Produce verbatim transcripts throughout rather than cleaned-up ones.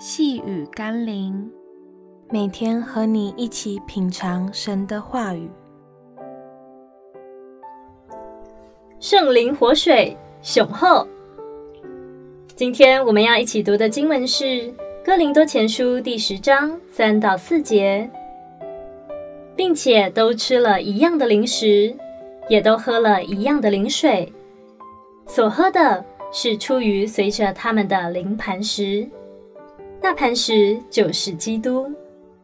细雨甘霖，每天和你一起品尝神的话语。 圣灵活水雄厚。今天我们要一起读的经文是哥林多前书第十章三到四节，并且都吃了一样的零食，也都喝了一样的灵水，所喝的是出于随着他们的灵磐石，那磐石就是基督。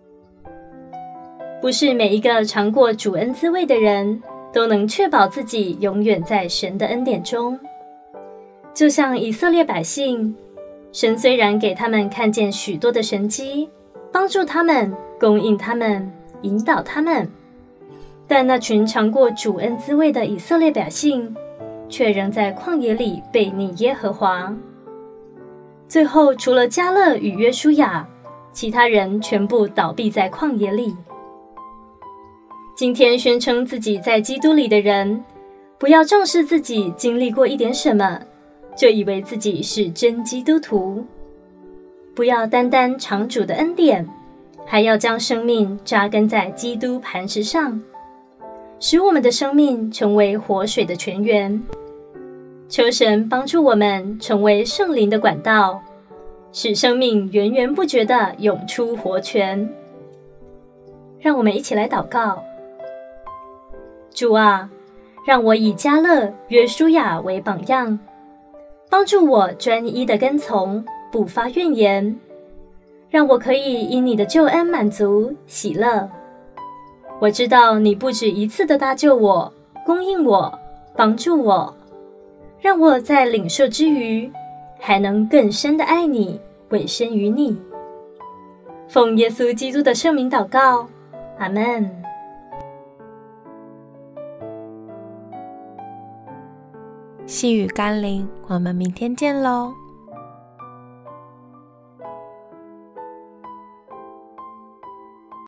不是每一个尝过主恩滋味的人都能确保自己永远在神的恩典中。就像以色列百姓，神虽然给他们看见许多的神迹，帮助他们，供应他们，引导他们，但那群尝过主恩滋味的以色列百姓却仍在旷野里悖逆耶和华。最后除了迦勒与约书亚，其他人全部倒闭在旷野里。今天宣称自己在基督里的人，不要重视自己经历过一点什么，就以为自己是真基督徒。不要单单尝主的恩典，还要将生命扎根在基督磐石上，使我们的生命成为活水的泉源。求神帮助我们成为圣灵的管道，使生命源源不绝地涌出活泉。让我们一起来祷告。主啊，让我以迦勒、约书亚为榜样，帮助我专一的跟从，不发怨言，让我可以因你的救恩满足喜乐。我知道你不止一次的搭救我，供应我，帮助我，让我在领受之余，还能更深的爱你，委身于你。奉耶稣基督的圣名祷告，阿们。 细雨甘霖，我们明天见喽。